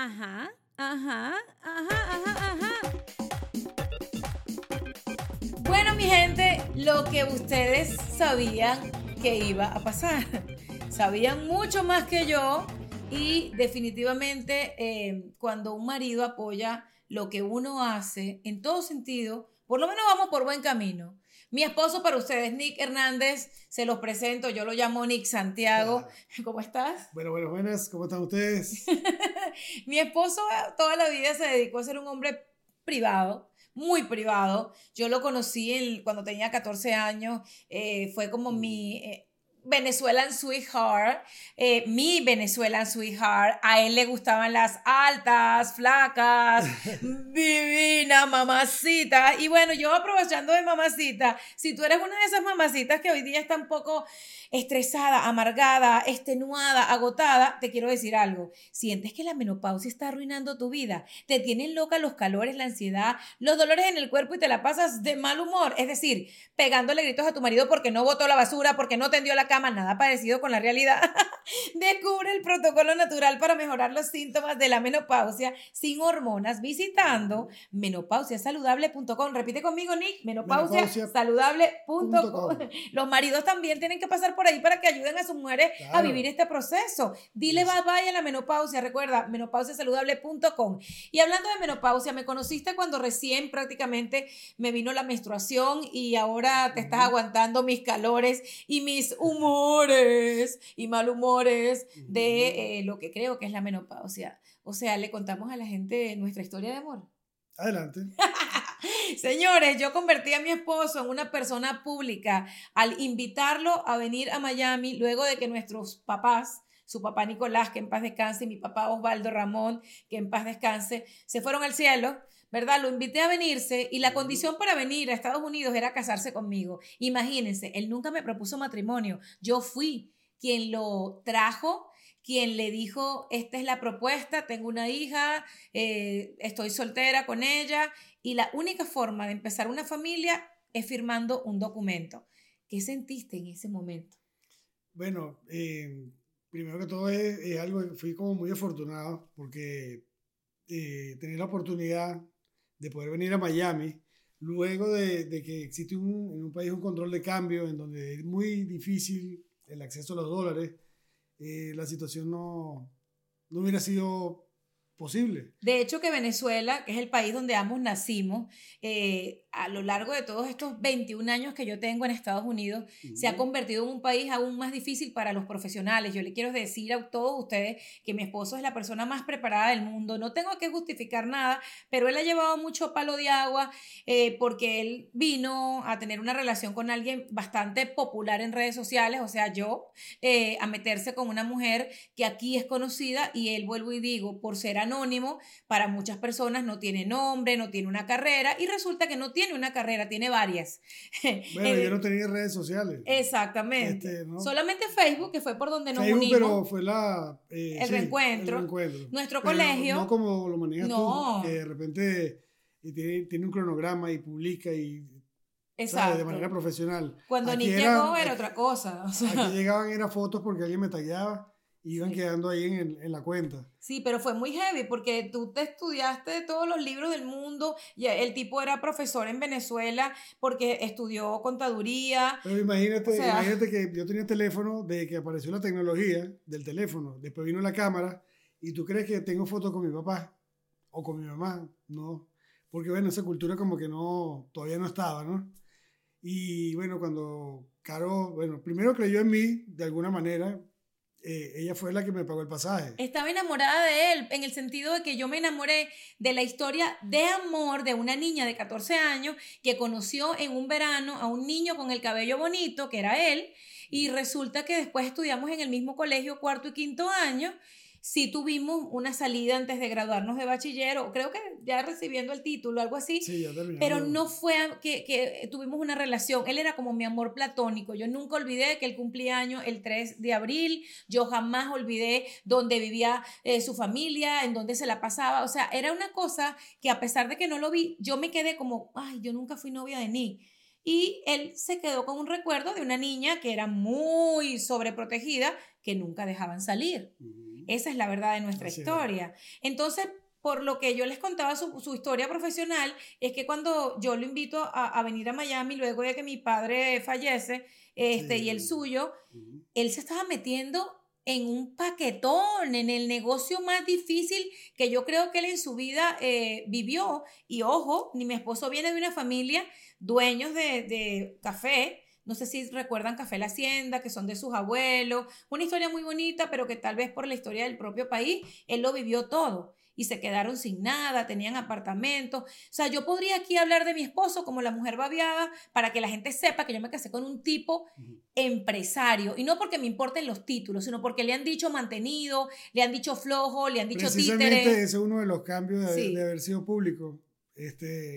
Ajá, ajá, ajá, ajá, ajá. Bueno, mi gente, lo que ustedes sabían que iba a pasar. Sabían mucho más que yo y definitivamente cuando un marido apoya lo que uno hace en todo sentido, por lo menos vamos por buen camino. Mi esposo para ustedes, Nick Hernández, se los presento, yo lo llamo Nick Santiago. ¿Cómo estás? Buenas, ¿cómo están ustedes? Mi esposo toda la vida se dedicó a ser un hombre privado, muy privado. Yo lo conocí cuando tenía 14 años, fue como mi Venezuelan sweetheart, mi Venezuelan sweetheart. A él le gustaban las altas, flacas, divina, mamacita. Y bueno, yo aprovechando de mamacita, si tú eres una de esas mamacitas que hoy día está un poco estresada, amargada, extenuada, agotada, te quiero decir algo. Sientes que la menopausia está arruinando tu vida, te tienen loca los calores, la ansiedad, los dolores en el cuerpo y te la pasas de mal humor. Es decir, pegándole gritos a tu marido porque no botó la basura, porque no tendió la cama, nada parecido con la realidad. Descubre el protocolo natural para mejorar los síntomas de la menopausia sin hormonas visitando menopausiasaludable.com. Repite conmigo, Nick, menopausiasaludable.com. Menopausia.com. Los maridos también tienen que pasar por ahí para que ayuden a sus mujeres a vivir Claro. este proceso. Dile bye bye a la menopausia. Recuerda, menopausiasaludable.com. Y hablando de menopausia, me conociste cuando recién prácticamente me vino la menstruación y ahora te estás aguantando mis calores y mis humores y malhumores de lo que creo que es la menopausia. O sea, le contamos a la gente nuestra historia de amor. Adelante. Señores, yo convertí a mi esposo en una persona pública al invitarlo a venir a Miami luego de que nuestros papás, su papá Nicolás, que en paz descanse, y mi papá Osvaldo Ramón, que en paz descanse, se fueron al cielo, ¿verdad? Lo invité a venirse y la condición para venir a Estados Unidos era casarse conmigo. Imagínense, él nunca me propuso matrimonio. Yo fui quien lo trajo, quien le dijo, esta es la propuesta, tengo una hija, estoy soltera con ella y la única forma de empezar una familia es firmando un documento. ¿Qué sentiste en ese momento? Bueno, primero que todo es algo, fui como muy afortunado porque tener la oportunidad de poder venir a Miami, luego de que existe en un país un control de cambio en donde es muy difícil el acceso a los dólares, la situación no hubiera sido posible. De hecho, que Venezuela, que es el país donde ambos nacimos, a lo largo de todos estos 21 años que yo tengo en Estados Unidos, se ha convertido en un país aún más difícil para los profesionales. Yo le quiero decir a todos ustedes que mi esposo es la persona más preparada del mundo. No tengo que justificar nada, pero él ha llevado mucho palo de agua porque él vino a tener una relación con alguien bastante popular en redes sociales, o sea, yo, a meterse con una mujer que aquí es conocida y él, vuelvo y digo, por ser anónimo, para muchas personas no tiene nombre, no tiene una carrera y resulta que no tiene una carrera, tiene varias. Bueno, yo no tenía redes sociales. Exactamente. ¿No? Solamente Facebook, que fue por donde nos Facebook, unimos. pero fue El sí, el reencuentro. reencuentro. Nuestro Pero no colegio. como lo manejas tú, que No. de repente tiene un cronograma y publica y, ¿sabes? De manera Exacto. profesional. Cuando Aquí Nick llegó era otra cosa. O sea. aquí llegaban eran fotos porque alguien me tagueaba y iban Sí. quedando ahí en la cuenta. Sí, pero fue muy heavy porque tú te estudiaste todos los libros del mundo y el tipo era profesor en Venezuela porque estudió contaduría. Pero O sea, imagínate que yo tenía teléfono desde que apareció la tecnología del teléfono. Después vino la cámara y tú crees que tengo fotos con mi papá o con mi mamá. No, porque bueno, esa cultura como que no, todavía no estaba, ¿no? Y bueno, cuando Caro, bueno, primero creyó en mí de alguna manera, ella fue la que me pagó el pasaje. estaba enamorada de él en el sentido de que yo me enamoré de la historia de amor de una niña de 14 años que conoció en un verano a un niño con el cabello bonito, que era él, y resulta que después estudiamos en el mismo colegio cuarto y quinto año. Sí tuvimos una salida antes de graduarnos de bachiller, o creo que ya recibiendo el título, algo así, Sí, ya pero terminando. no fue que tuvimos una relación. Él era como mi amor platónico. Yo nunca olvidé que él cumplía años el 3 de abril, yo jamás olvidé dónde vivía su familia, en dónde se la pasaba. O sea, era una cosa que a pesar de que no lo vi, yo me quedé como, ay, yo nunca fui novia de Nick. Y él se quedó con un recuerdo de una niña que era muy sobreprotegida, que nunca dejaban salir. Esa es la verdad de nuestra historia. Entonces, por lo que yo les contaba su historia profesional, es que cuando yo lo invito a venir a Miami, luego de que mi padre fallece, y el suyo, él se estaba metiendo en un paquetón, en el negocio más difícil que yo creo que él en su vida vivió. Y ojo, ni mi esposo viene de una familia dueños de café. No sé si recuerdan Café La Hacienda, que son de sus abuelos. Una historia muy bonita, pero que tal vez por la historia del propio país, él lo vivió todo. Y se quedaron sin nada, tenían apartamentos. O sea, yo podría aquí hablar de mi esposo como la mujer babiada para que la gente sepa que yo me casé con un tipo empresario. Y no porque me importen los títulos, sino porque le han dicho mantenido, le han dicho flojo, le han dicho títere. Precisamente ese es uno de los cambios de haber sido público. Es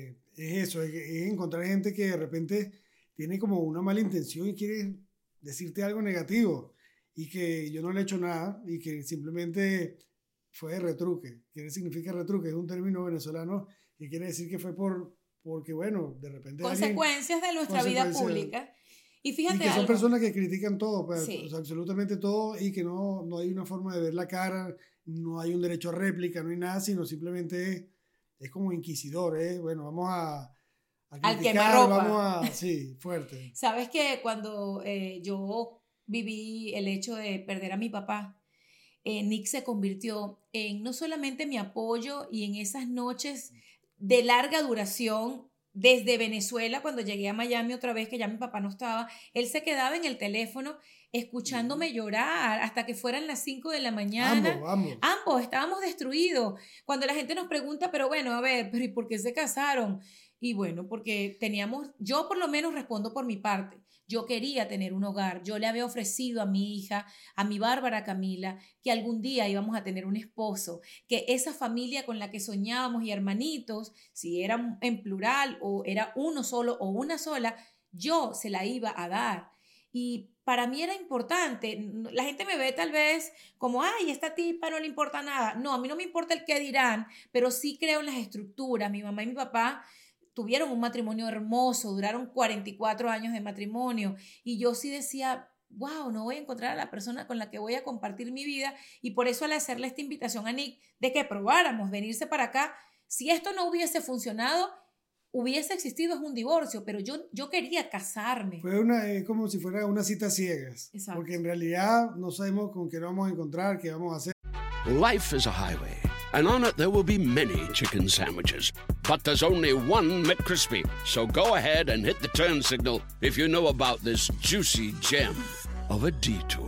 eso, es encontrar gente que de repente tiene como una mala intención y quiere decirte algo negativo y que yo no le he hecho nada y que simplemente fue de retruque. ¿Qué significa retruque? Es un término venezolano que quiere decir que fue porque bueno, de repente consecuencias de nuestra vida pública. Y fíjate y que son algo. personas que critican todo, pues, o sea, absolutamente todo, y que no hay una forma de ver la cara, no hay un derecho a réplica, no hay nada, sino simplemente es como inquisidor, bueno, vamos a al quemarropa. Vamos sí, fuerte. Sabes que cuando yo viví el hecho de perder a mi papá, Nick se convirtió en no solamente mi apoyo y en esas noches de larga duración desde Venezuela, cuando llegué a Miami otra vez, que ya mi papá no estaba, él se quedaba en el teléfono escuchándome llorar hasta que fueran las 5 de la mañana. Ambos estábamos destruidos. Cuando la gente nos pregunta, pero bueno, a ver, ¿pero y por qué se casaron? Y bueno, porque yo por lo menos respondo por mi parte. Yo quería tener un hogar. Yo le había ofrecido a mi hija, a mi Bárbara Camila, que algún día íbamos a tener un esposo, que esa familia con la que soñábamos y hermanitos, si era en plural o era uno solo o una sola, yo se la iba a dar. Y para mí era importante. La gente me ve tal vez como, ay, esta tipa no le importa nada. No, a mí no me importa el qué dirán, pero sí creo en las estructuras. Mi mamá y mi papá tuvieron un matrimonio hermoso, duraron 44 años de matrimonio y yo sí decía, wow, no voy a encontrar a la persona con la que voy a compartir mi vida, y por eso al hacerle esta invitación a Nick de que probáramos venirse para acá, si esto no hubiese funcionado, hubiese existido un divorcio, pero yo quería casarme. Fue como si fuera una cita ciegas. Exacto. Porque en realidad no sabemos con qué nos vamos a encontrar, qué vamos a hacer. Life is a highway, and on it there will be many chicken sandwiches. But there's only one McCrispy. So go ahead and hit the turn signal if you know about this juicy gem of a detour.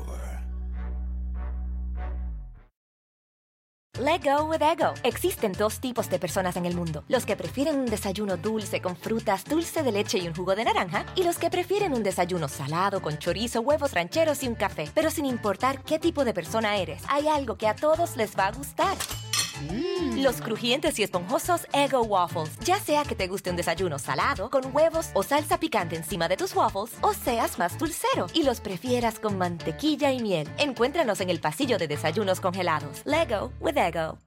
Let go with Ego. Existen dos tipos de personas en el mundo. Los que prefieren un desayuno dulce con frutas, dulce de leche y un jugo de naranja. Y los que prefieren un desayuno salado con chorizo, huevos rancheros y un café. Pero sin importar qué tipo de persona eres, hay algo que a todos les va a gustar. Los crujientes y esponjosos Eggo Waffles. Ya sea que te guste un desayuno salado, con huevos o salsa picante encima de tus waffles, o seas más dulcero y los prefieras con mantequilla y miel. Encuéntranos en el pasillo de desayunos congelados. Lego with Eggo.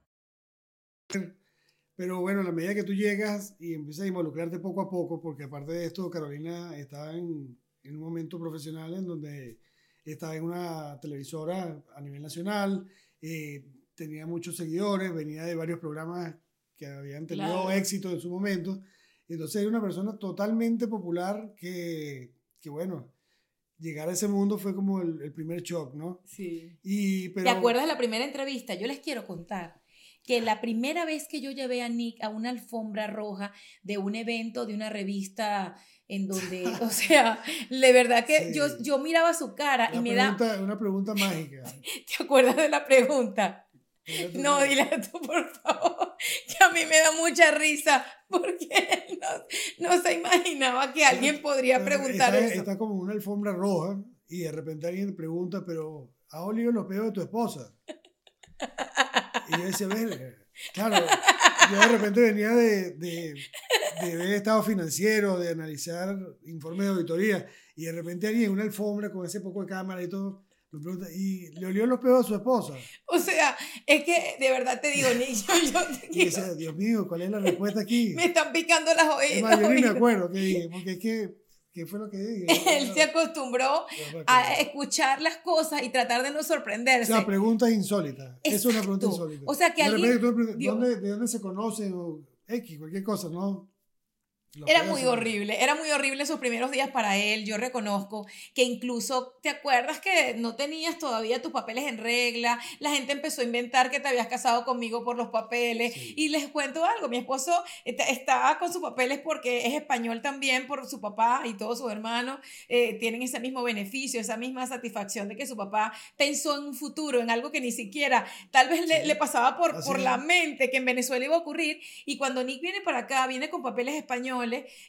Pero bueno, a la medida que tú llegas y empiezas a involucrarte poco a poco, porque aparte de esto, Carolina estaba en un momento profesional en donde estaba en una televisora a nivel nacional, tenía muchos seguidores, venía de varios programas que habían tenido éxito en su momento. Entonces era una persona totalmente popular que bueno, llegar a ese mundo fue como el primer shock, ¿no? Sí. Pero, ¿te acuerdas de la primera entrevista? Yo les quiero contar que la primera vez que yo llevé a Nick a una alfombra roja de un evento, de una revista en donde, o sea, de verdad que sí. yo miraba su cara y me da... Una pregunta mágica. ¿Te acuerdas de la pregunta? No, dile tú, por favor, que a mí me da mucha risa porque él no se imaginaba que alguien podría preguntar eso. Está como una alfombra roja y de repente alguien le pregunta, pero ¿has olido los peos de tu esposa? Y yo decía, a ver, claro, yo de repente venía de ver estado financiero, de analizar informes de auditoría, y de repente alguien en una alfombra con ese poco de cámara y todo, me pregunta, ¿y le olió los peos a su esposa? O sea, es que de verdad te digo, Nick, y decía, Dios mío, ¿cuál es la respuesta aquí? Me están picando las oídas. Es más, yo ni me acuerdo qué dije, porque es que ¿Qué fue lo que dije? Él se acostumbró a escuchar las cosas y tratar de no O sorprenderse. sea, preguntas insólitas. Es una pregunta Exacto. insólita. O sea, que de alguien... repente, Dios. ¿de dónde se conocen? O X, cualquier cosa, ¿no? Lo Era puede muy hacer. horrible, era muy horrible esos primeros días para él. Yo reconozco que incluso, ¿te acuerdas que no tenías todavía tus papeles en regla? La gente empezó a inventar que te habías casado conmigo por los papeles. Sí. Y les cuento algo, mi esposo está con sus papeles porque es español también, por su papá y todos sus hermanos tienen ese mismo beneficio, esa misma satisfacción de que su papá pensó en un futuro, en algo que ni siquiera tal vez le pasaba por la mente que en Venezuela iba a ocurrir. Y cuando Nick viene para acá, viene con papeles españoles,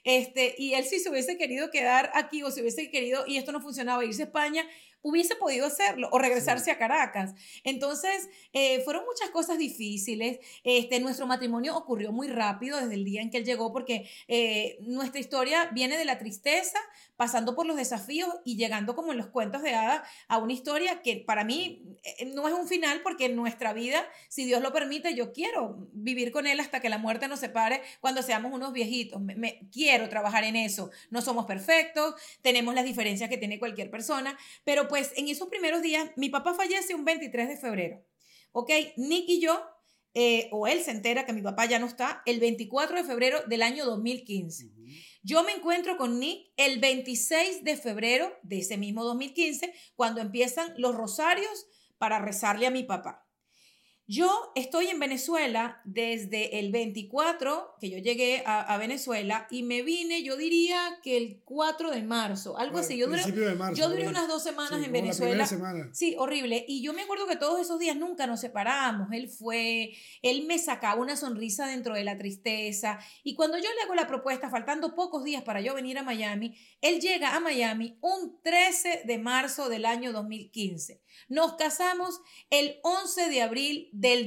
y él si se hubiese querido quedar aquí o si hubiese querido, y esto no funcionaba, irse a España, hubiese podido hacerlo o regresarse a Caracas. Entonces, fueron muchas cosas difíciles. Nuestro matrimonio ocurrió muy rápido desde el día en que él llegó, porque nuestra historia viene de la tristeza, pasando por los desafíos y llegando, como en los cuentos de hadas, a una historia que para mí no es un final, porque en nuestra vida, si Dios lo permite, yo quiero vivir con él hasta que la muerte nos separe cuando seamos unos viejitos. Quiero trabajar en eso. No somos perfectos, tenemos las diferencias que tiene cualquier persona, pero pues en esos primeros días, mi papá fallece un 23 de febrero, ¿ok? Nick y yo, o él se entera que mi papá ya no está, el 24 de febrero del año 2015. Uh-huh. Yo me encuentro con Nick el 26 de febrero de ese mismo 2015, cuando empiezan los rosarios para rezarle a mi papá. Yo estoy en Venezuela desde el 24, que yo llegué a Venezuela, y me vine, yo diría que el 4 de marzo, algo así. Yo duré unas 2 semanas en Venezuela. La primera semana. Sí, horrible. Y yo me acuerdo que todos esos días nunca nos separamos. Él me sacaba una sonrisa dentro de la tristeza. Y cuando yo le hago la propuesta, faltando pocos días para yo venir a Miami, él llega a Miami un 13 de marzo del año 2015. Nos casamos el 11 de abril del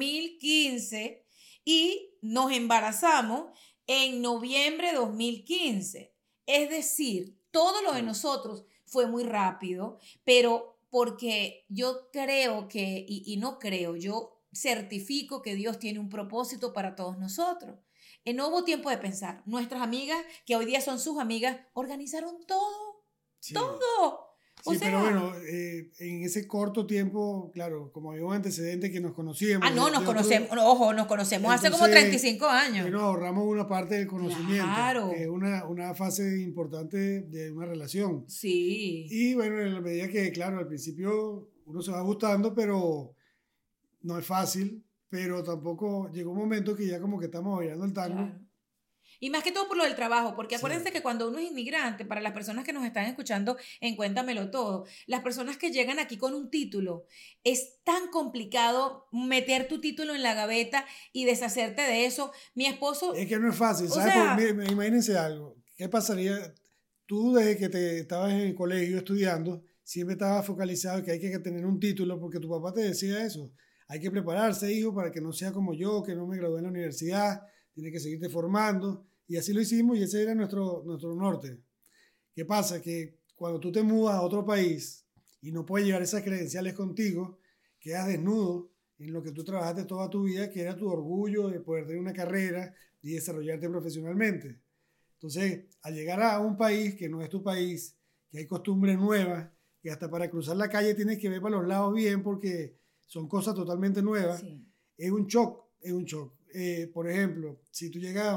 2015 y nos embarazamos en noviembre de 2015. Es decir, todo lo de nosotros fue muy rápido, pero porque yo creo que, yo certifico que Dios tiene un propósito para todos nosotros. No hubo tiempo de pensar. Nuestras amigas, que hoy día son sus amigas, organizaron todo. Sí. Todo. Sí, pero bueno, en ese corto tiempo, claro, como había un antecedente que nos conocíamos. Nos conocemos hace como 35 años. Y nos ahorramos una parte del conocimiento. Claro. Que es una fase importante de una relación. Sí. Y bueno, en la medida que, claro, al principio uno se va gustando, pero no es fácil. Pero tampoco llegó un momento que ya como que estamos bailando el tango. Claro. Y más que todo por lo del trabajo, porque acuérdense que cuando uno es inmigrante, para las personas que nos están escuchando en Cuéntamelo Todo, las personas que llegan aquí con un título, es tan complicado meter tu título en la gaveta y deshacerte de eso. Mi esposo... Es que no es fácil, ¿sabes? Imagínense algo. ¿Qué pasaría? Tú desde que estabas en el colegio estudiando, siempre estabas focalizado en que hay que tener un título porque tu papá te decía eso. Hay que prepararse, hijo, para que no sea como yo, que no me gradué en la universidad, tienes que seguirte formando. Y así lo hicimos y ese era nuestro norte. ¿Qué pasa? Que cuando tú te mudas a otro país y no puedes llevar esas credenciales contigo, quedas desnudo en lo que tú trabajaste toda tu vida, que era tu orgullo de poder tener una carrera y desarrollarte profesionalmente. Entonces, al llegar a un país que no es tu país, que hay costumbres nuevas, que hasta para cruzar la calle tienes que ver para los lados bien porque son cosas totalmente nuevas, sí. Es un shock. Por ejemplo, si tú llegas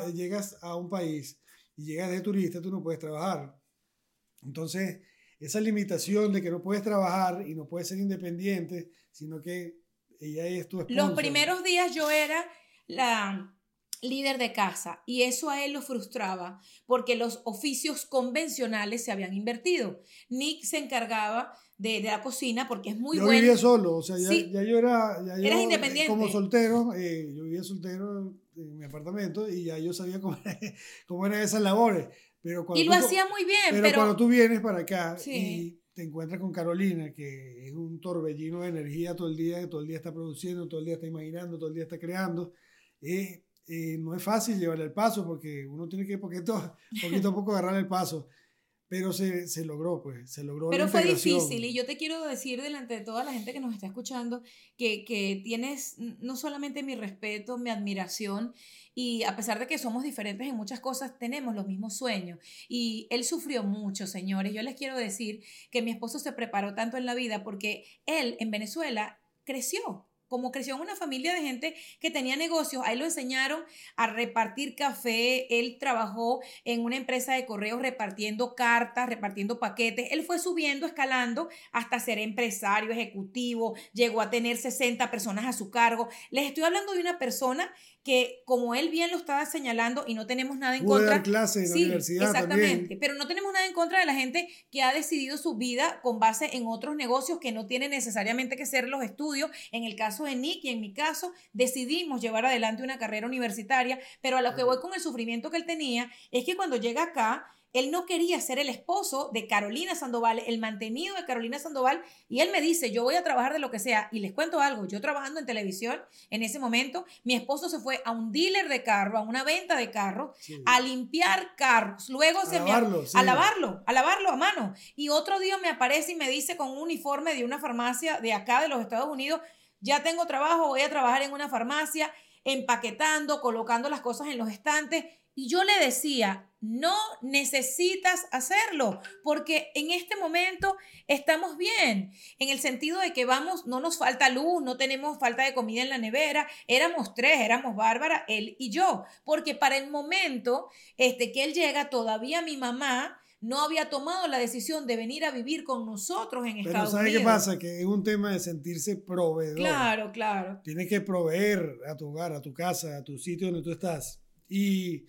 a un país y llegas de turista, tú no puedes trabajar. Entonces, esa limitación de que no puedes trabajar y no puedes ser independiente, sino que ella es tu sponsor. Los primeros días yo era la líder de casa y eso a él lo frustraba porque los oficios convencionales se habían invertido. Nick se encargaba de la cocina porque es muy bueno. Yo vivía solo, o sea, sí. ya yo era... Eras independiente. Como soltero, yo vivía soltero en mi apartamento y ya yo sabía cómo eran esas labores. Pero cuando lo hacía muy bien. Pero cuando tú vienes para acá sí. y te encuentras con Carolina, que es un torbellino de energía todo el día está produciendo, todo el día está imaginando, todo el día está creando, no es fácil llevarle el paso porque uno tiene que poquito a poco agarrar el paso. pero se logró, pues, se logró Pero la fue integración. difícil y yo te quiero decir delante de toda la gente que nos está escuchando que tienes no solamente mi respeto, mi admiración y a pesar de que somos diferentes en muchas cosas, tenemos los mismos sueños y él sufrió mucho, señores. Yo les quiero decir que mi esposo se preparó tanto en la vida porque él en Venezuela creció. Como creció en una familia de gente que tenía negocios, ahí lo enseñaron a repartir café, él trabajó en una empresa de correos repartiendo cartas, repartiendo paquetes, él fue subiendo, escalando hasta ser empresario, ejecutivo, llegó a tener 60 personas a su cargo. Les estoy hablando de una persona que, como él bien lo estaba señalando, y no tenemos nada en Pude contra. dar clases en la Sí, universidad exactamente, también. pero no tenemos nada en contra de la gente que ha decidido su vida con base en otros negocios que no tienen necesariamente que ser los estudios. En el caso de Nick y en mi caso, decidimos llevar adelante una carrera universitaria, pero a lo que voy con el sufrimiento que él tenía es que cuando llega acá, él no quería ser el esposo de Carolina Sandoval, el mantenido de Carolina Sandoval, y él me dice, yo voy a trabajar de lo que sea, y les cuento algo, yo trabajando en televisión en ese momento, mi esposo se fue a un dealer de carro, a una venta de carro, Sí. a limpiar carros, luego A lavarlo, sí. a lavarlo a mano, y otro día me aparece y me dice con un uniforme de una farmacia de acá de los Estados Unidos, ya tengo trabajo, voy a trabajar en una farmacia, empaquetando, colocando las cosas en los estantes, y yo le decía, no necesitas hacerlo, porque en este momento estamos bien, en el sentido de que vamos, no nos falta luz, no tenemos falta de comida en la nevera, éramos tres, éramos Bárbara, él y yo, porque para el momento que él llega, todavía mi mamá no había tomado la decisión de venir a vivir con nosotros en Pero Estados ¿sabes Unidos. qué pasa? Que es un tema de sentirse proveedor. Claro, claro. Tienes que proveer a tu hogar, a tu casa, a tu sitio donde tú estás. Y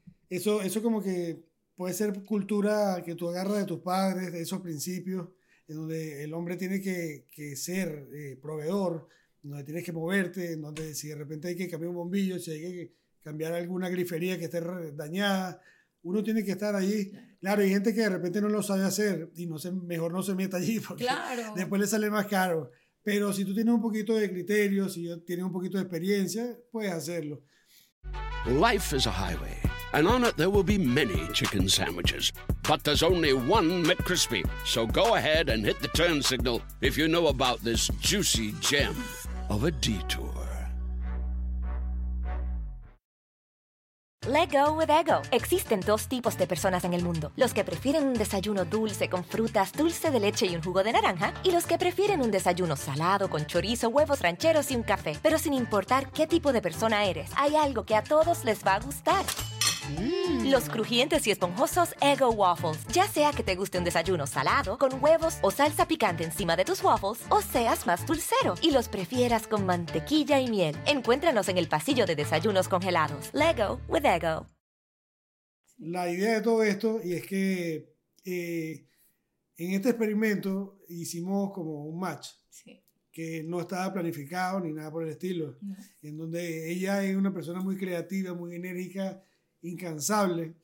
eso como que puede ser cultura que tú agarras de tus padres, de esos principios, en donde el hombre tiene que ser proveedor, donde tienes que moverte, en donde si de repente hay que cambiar un bombillo, si hay que cambiar alguna grifería que esté dañada, uno tiene que estar allí. Claro, hay gente que de repente no lo sabe hacer y mejor no se meta allí porque Claro. después le sale más caro. Pero si tú tienes un poquito de criterio, si tienes un poquito de experiencia, puedes hacerlo. Life is a highway, and on it there will be many chicken sandwiches. But there's only one McCrispy. So go ahead and hit the turn signal if you know about this juicy gem of a detour. Let go with ego. Existen dos tipos de personas en el mundo. Los que prefieren un desayuno dulce con frutas, dulce de leche y un jugo de naranja. Y los que prefieren un desayuno salado con chorizo, huevos rancheros y un café. Pero sin importar qué tipo de persona eres, hay algo que a todos les va a gustar. Los crujientes y esponjosos Eggo Waffles. Ya sea que te guste un desayuno salado, con huevos o salsa picante encima de tus waffles, o seas más dulcero y los prefieras con mantequilla y miel. Encuéntranos en el pasillo de desayunos congelados. Lego with Eggo. La idea de todo esto, y es que en este experimento hicimos como un match Sí. que no estaba planificado ni nada por el estilo, No. en donde ella es una persona muy creativa, muy enérgica, incansable,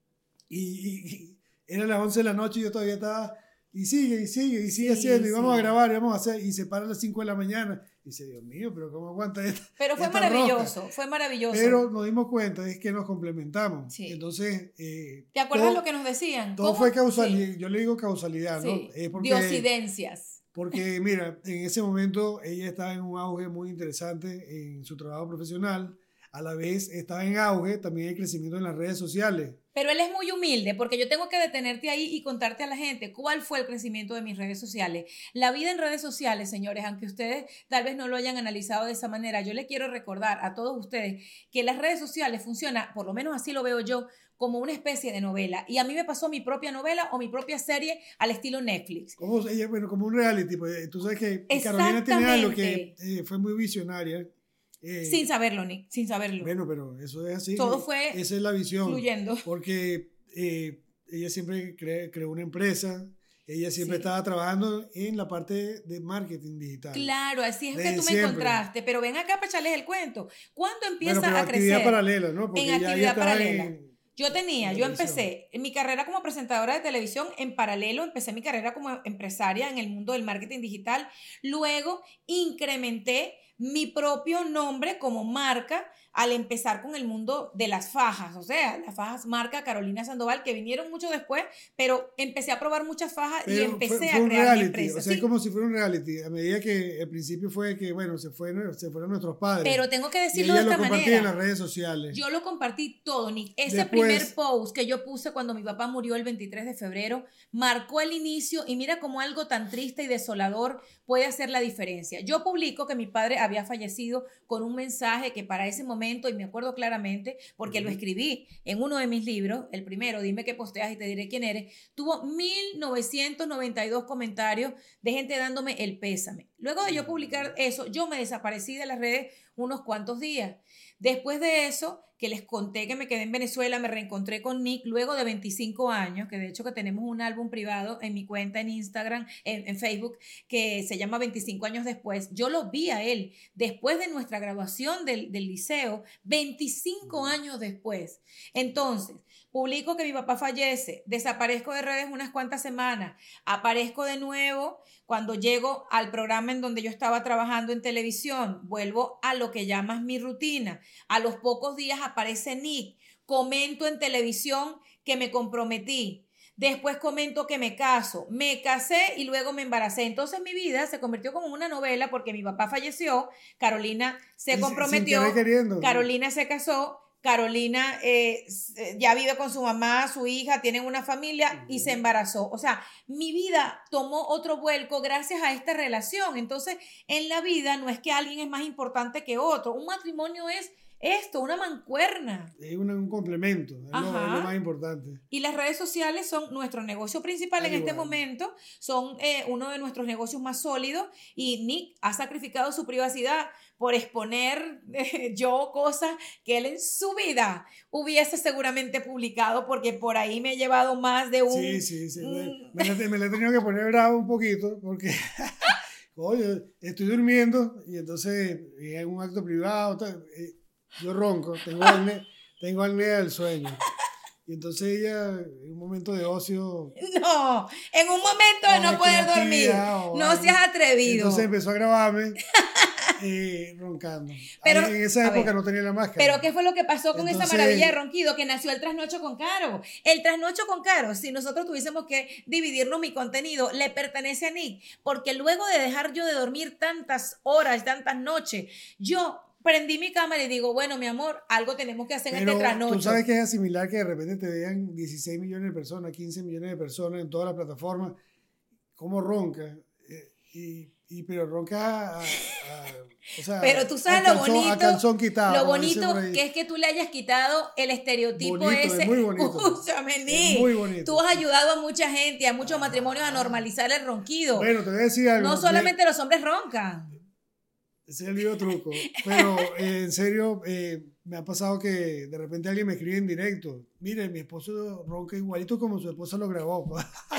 y era las 11 de la noche y yo todavía estaba, y sigue haciendo, y vamos a grabar, y vamos a hacer, y se para a las 5 de la mañana, y dice, Dios mío, pero ¿cómo aguanta esta? Pero fue esta maravilloso, roca? fue maravilloso. Pero nos dimos cuenta, es que nos complementamos, Sí. entonces... ¿Te acuerdas todo- lo que nos decían? Todo ¿Cómo? fue causalidad, Sí. yo le digo causalidad, ¿no? Sí. Es Diosidencias. porque, mira, en ese momento ella estaba en un auge muy interesante en su trabajo profesional, a la vez estaba en auge también el crecimiento en las redes sociales. Pero él es muy humilde porque yo tengo que detenerte ahí y contarte a la gente cuál fue el crecimiento de mis redes sociales. La vida en redes sociales, señores, aunque ustedes tal vez no lo hayan analizado de esa manera, yo le quiero recordar a todos ustedes que las redes sociales funcionan, por lo menos así lo veo yo, como una especie de novela. Y a mí me pasó mi propia novela o mi propia serie al estilo Netflix. Como, ella, bueno, como un reality, pues tú sabes que Carolina tiene algo que fue muy visionaria. Sin saberlo, Nick, sin saberlo. Bueno, pero eso es así. Todo fue esa es la visión. fluyendo. Porque ella siempre creó una empresa, ella siempre Sí. estaba trabajando en la parte de marketing digital. Claro, así es que Desde tú me siempre. encontraste. Pero ven acá para echarles el cuento. ¿Cuándo empieza Bueno, pero a actividad crecer? paralela, ¿no? Porque En ya actividad estaba paralela. Yo en empecé televisión. en mi carrera como presentadora de televisión, en paralelo empecé mi carrera como empresaria en el mundo del marketing digital, luego incrementé mi propio nombre como marca al empezar con el mundo de las fajas, o sea, las fajas marca Carolina Sandoval, que vinieron mucho después, pero empecé a probar muchas fajas y empecé a crear mi empresa. O sea, sí. es como si fuera un reality, a medida que al principio fue que, bueno, se fueron nuestros padres. Pero tengo que Y decirlo de ella esta lo compartía manera. en las redes sociales. Yo lo compartí todo, Nick. Ese Después, primer post que yo puse cuando mi papá murió el 23 de febrero marcó el inicio y mira cómo algo tan triste y desolador puede hacer la diferencia. Yo publico que mi padre había fallecido con un mensaje que para ese momento, y me acuerdo claramente porque lo escribí en uno de mis libros, el primero, Dime qué posteas y te diré quién eres, tuvo 1992 comentarios de gente dándome el pésame. Luego de yo publicar eso, yo me desaparecí de las redes unos cuantos días. Después de eso, que les conté que me quedé en Venezuela, me reencontré con Nick luego de 25 años, que de hecho que tenemos un álbum privado en mi cuenta en Instagram, en Facebook, que se llama 25 años después. Yo lo vi a él después de nuestra graduación del liceo, 25 años después. Entonces, publico que mi papá fallece, desaparezco de redes unas cuantas semanas, aparezco de nuevo cuando llego al programa en donde yo estaba trabajando en televisión, vuelvo a lo que llamas mi rutina. A los pocos días aparece Nick, comento en televisión que me comprometí. Después comento que me caso, me casé y luego me embaracé. Entonces mi vida se convirtió como una novela porque mi papá falleció, Carolina se comprometió, sin querer queriendo. Carolina se casó, Carolina ya vive con su mamá, su hija, tienen una familia y se embarazó. O sea, mi vida tomó otro vuelco gracias a esta relación. Entonces, en la vida no es que alguien es más importante que otro. Un matrimonio es esto, una mancuerna. Es un complemento, es lo más importante. Y las redes sociales son nuestro negocio principal en este momento, son uno de nuestros negocios más sólidos y Nick ha sacrificado su privacidad por exponer yo cosas que él en su vida hubiese seguramente publicado porque por ahí me he llevado más de un... Sí. Me la he tenido que poner bravo un poquito porque... Oye, estoy durmiendo y entonces es un acto privado, yo ronco, tengo apnea del sueño. Y entonces ella, en un momento de ocio... No, en un momento de no poder dormir. No seas atrevido. Entonces empezó a grabarme roncando. Pero, en esa época no tenía la máscara. Pero ¿qué fue lo que pasó con esa maravilla de ronquido? Que nació el Trasnocho con Caro. El Trasnocho con Caro, si nosotros tuviésemos que dividirnos mi contenido, le pertenece a Nick. Porque luego de dejar yo de dormir tantas horas, tantas noches, yo... prendí mi cámara y digo, bueno, mi amor, algo tenemos que hacer en este trasnocho. Tú sabes que es similar que de repente te vean 16 millones de personas, 15 millones de personas en todas las plataformas, cómo ronca, pero ronca o sea, pero tú sabes lo bonito, a calzón quitado, lo bonito que es que tú le hayas quitado el estereotipo bonito, ese. Es muy bonito. Escúchame, es muy bonito. Tú has ayudado a mucha gente, a muchos matrimonios a normalizar el ronquido. Bueno, te voy a decir algo. No solamente los hombres roncan. Ese es el video truco. Pero en serio, me ha pasado que de repente alguien me escribe en directo. Mire, mi esposo ronca igualito como su esposa lo grabó.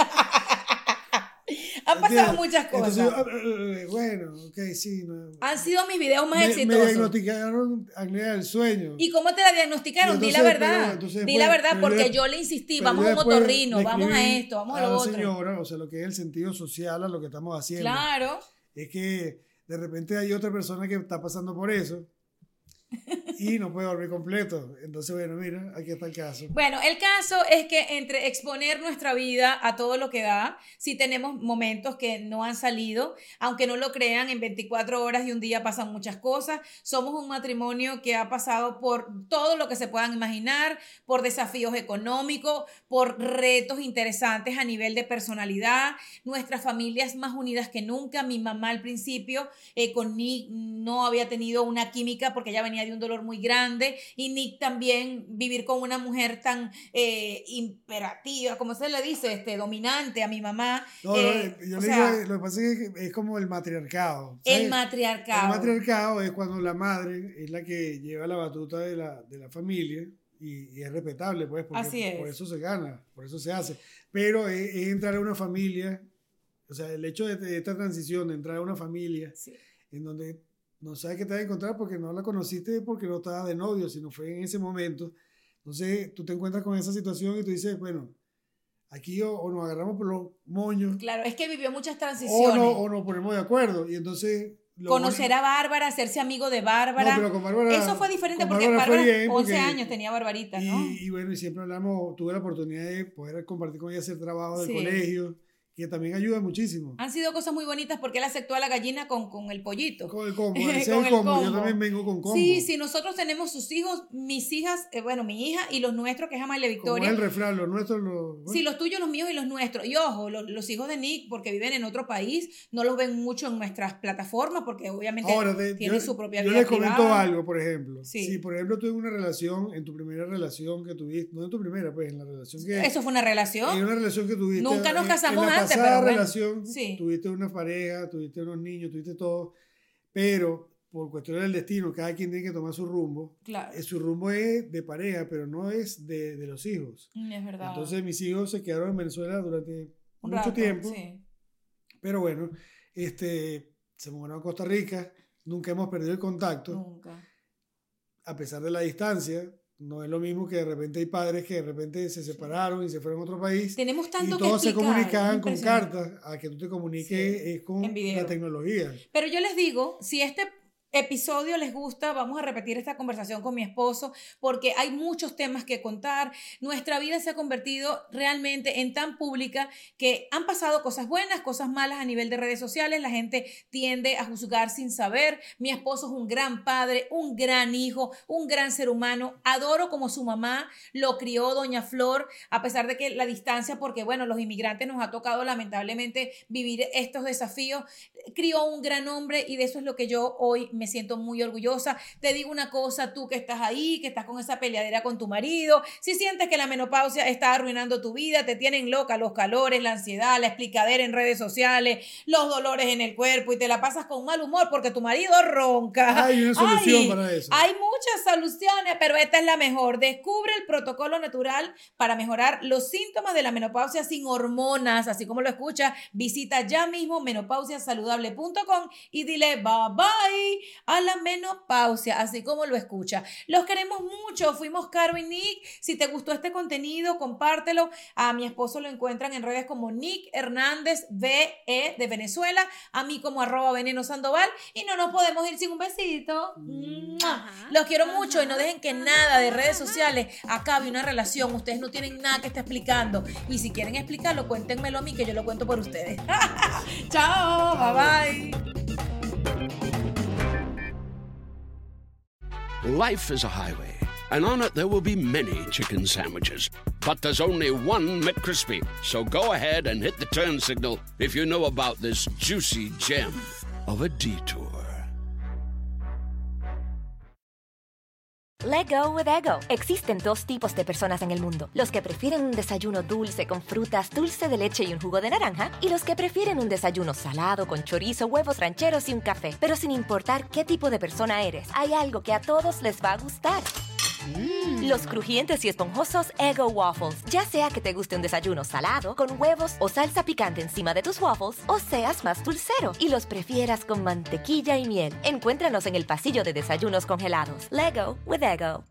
Han pasado muchas cosas. Entonces, bueno, ok, sí. Han sido mis videos más exitosos. Me diagnosticaron apnea del sueño. ¿Y cómo te la diagnosticaron? Entonces, di la verdad. Entonces, di la verdad, porque yo le insistí, vamos a un otorrino, vamos a esto, vamos a lo otro. Señora, o sea, lo que es el sentido social a lo que estamos haciendo. Claro. Es que de repente hay otra persona que está pasando por eso y no puede dormir completo. Entonces, bueno, mira, aquí está el caso. Bueno, el caso es que entre exponer nuestra vida a todo lo que da, si tenemos momentos que no han salido, aunque no lo crean, en 24 horas y un día pasan muchas cosas. Somos un matrimonio que ha pasado por todo lo que se puedan imaginar, por desafíos económicos, por retos interesantes a nivel de personalidad. Nuestras familias más unidas que nunca. Mi mamá al principio con Nick no había tenido una química porque ella venía de un dolor muy grande y Nick también vivir con una mujer tan imperativa, como se le dice, dominante a mi mamá. No, yo le digo, lo que pasa es que es como el matriarcado. ¿Sabes? El matriarcado. El matriarcado es cuando la madre es la que lleva la batuta de la familia y es respetable, pues, porque así es. Por eso se gana, por eso se hace. Pero es entrar a una familia, o sea, el hecho de esta transición, de entrar a una familia en donde no sabes qué te vas a encontrar porque no la conociste porque no estabas de novio, sino fue en ese momento. Entonces tú te encuentras con esa situación y tú dices, bueno, aquí o nos agarramos por los moños. Claro, es que vivió muchas transiciones. O nos ponemos de acuerdo. Y entonces conocer a Bárbara, hacerse amigo de Bárbara. No, pero con Bárbara... Eso fue diferente porque Bárbara Bárbara 11 años tenía Barbarita, ¿no? Y bueno, y siempre hablamos, tuve la oportunidad de poder compartir con ella, hacer trabajo del colegio, que también ayuda muchísimo. Han sido cosas muy bonitas porque él aceptó a la gallina con el pollito. Con el combo, ese es el combo. Yo también vengo con combo. Sí, nosotros tenemos sus hijos, mis hijas, mi hija y los nuestros, que es Amalia Victoria. Como es el refrán, los nuestros, bueno. Sí, los tuyos, los míos y los nuestros. Y ojo, los hijos de Nick, porque viven en otro país, no los ven mucho en nuestras plataformas porque obviamente tienen su propia vida privada. Yo les comento privada. algo, por ejemplo. Sí. Si, por ejemplo, tuve una relación, en tu primera relación que tuviste, no en tu primera, pues en la relación que... ¿Eso fue una relación? En una relación que tuviste. Nunca nos casamos en la antes, pasada pero relación, sí. Tuviste una pareja, tuviste unos niños, tuviste todo, pero por cuestiones del destino, cada quien tiene que tomar su rumbo. Claro. Su rumbo es de pareja, pero no es de los hijos. Es verdad. Entonces mis hijos se quedaron en Venezuela durante mucho rato, tiempo. Sí. Pero bueno, se mudaron a Costa Rica, nunca hemos perdido el contacto. Nunca. A pesar de la distancia, no es lo mismo que de repente hay padres que de repente se separaron y se fueron a otro país. Tenemos tanto y todos que se comunicaban con impresionante. cartas, a que tú te comuniques es con la tecnología. Pero yo les digo, si este episodio les gusta, vamos a repetir esta conversación con mi esposo porque hay muchos temas que contar. Nuestra vida se ha convertido realmente en tan pública que han pasado cosas buenas, cosas malas a nivel de redes sociales. La gente tiende a juzgar sin saber. Mi esposo es un gran padre, un gran hijo, un gran ser humano. Adoro como su mamá lo crió doña Flor, a pesar de que la distancia, porque bueno, los inmigrantes nos ha tocado lamentablemente vivir estos desafíos. Crió un gran hombre y de eso es lo que yo hoy me siento muy orgullosa. Te digo una cosa, tú que estás ahí, que estás con esa peleadera con tu marido, si sientes que la menopausia está arruinando tu vida, te tienen loca los calores, la ansiedad, la explicadera en redes sociales, los dolores en el cuerpo y te la pasas con mal humor porque tu marido ronca. Hay una solución para eso. Hay muchas soluciones, pero esta es la mejor. Descubre el protocolo natural para mejorar los síntomas de la menopausia sin hormonas, así como lo escuchas. Visita ya mismo menopausiasaludable.com y dile bye bye a la menopausia, así como lo escucha. Los queremos mucho. Fuimos Caro y Nick. Si te gustó este contenido, compártelo. A mi esposo lo encuentran en redes como Nick Hernández VE de Venezuela, a mí como @veneno Sandoval, y no nos podemos ir sin un besito. Los quiero mucho y no dejen que nada de redes sociales acabe una relación. Ustedes no tienen nada que estar explicando y si quieren explicarlo, cuéntenmelo a mí que yo lo cuento por ustedes. Chao, bye bye. Life is a highway, and on it there will be many chicken sandwiches. But there's only one McCrispy. So go ahead and hit the turn signal if you know about this juicy gem of a detour. Let go with ego. Existen dos tipos de personas en el mundo. Los que prefieren un desayuno dulce con frutas, dulce de leche y un jugo de naranja. Y los que prefieren un desayuno salado con chorizo, huevos rancheros y un café. Pero sin importar qué tipo de persona eres, hay algo que a todos les va a gustar. Los crujientes y esponjosos Eggo Waffles. Ya sea que te guste un desayuno salado, con huevos o salsa picante encima de tus waffles, o seas más dulcero y los prefieras con mantequilla y miel. Encuéntranos en el pasillo de desayunos congelados. Let go with Eggo.